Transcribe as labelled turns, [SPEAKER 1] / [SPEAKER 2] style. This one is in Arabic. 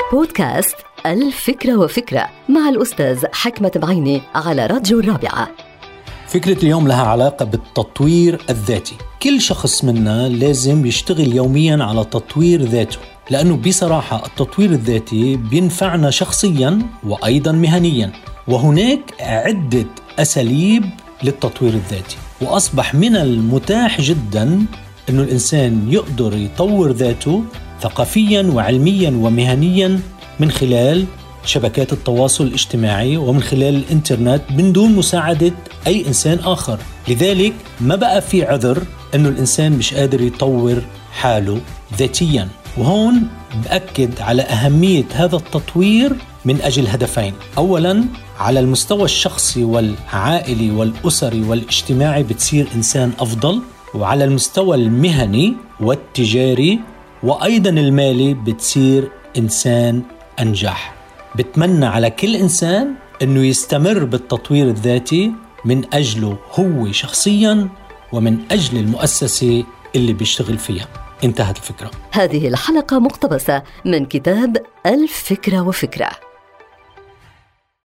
[SPEAKER 1] بودكاست الفكرة وفكرة مع الأستاذ حكمة بعيني على راديو الرابعة.
[SPEAKER 2] فكرة اليوم لها علاقة بالتطوير الذاتي. كل شخص منا لازم يشتغل يوميا على تطوير ذاته، لأنه بصراحة التطوير الذاتي بينفعنا شخصيا وأيضا مهنيا، وهناك عدة أساليب للتطوير الذاتي، وأصبح من المتاح جدا أنه الإنسان يقدر يطور ذاته ثقافيا وعلميا ومهنيا من خلال شبكات التواصل الاجتماعي ومن خلال الإنترنت من دون مساعدة أي إنسان آخر. لذلك ما بقى في عذر أنه الإنسان مش قادر يطور حاله ذاتيا. وهون بأكد على أهمية هذا التطوير من أجل هدفين: أولا على المستوى الشخصي والعائلي والأسري والاجتماعي بتصير إنسان أفضل، وعلى المستوى المهني والتجاري وأيضا المالي بتصير إنسان أنجح. بتمنى على كل إنسان أنه يستمر بالتطوير الذاتي من أجله هو شخصيا ومن أجل المؤسسة اللي بيشتغل فيها. انتهت الفكرة.
[SPEAKER 1] هذه الحلقة مقتبسة من كتاب الفكرة وفكرة.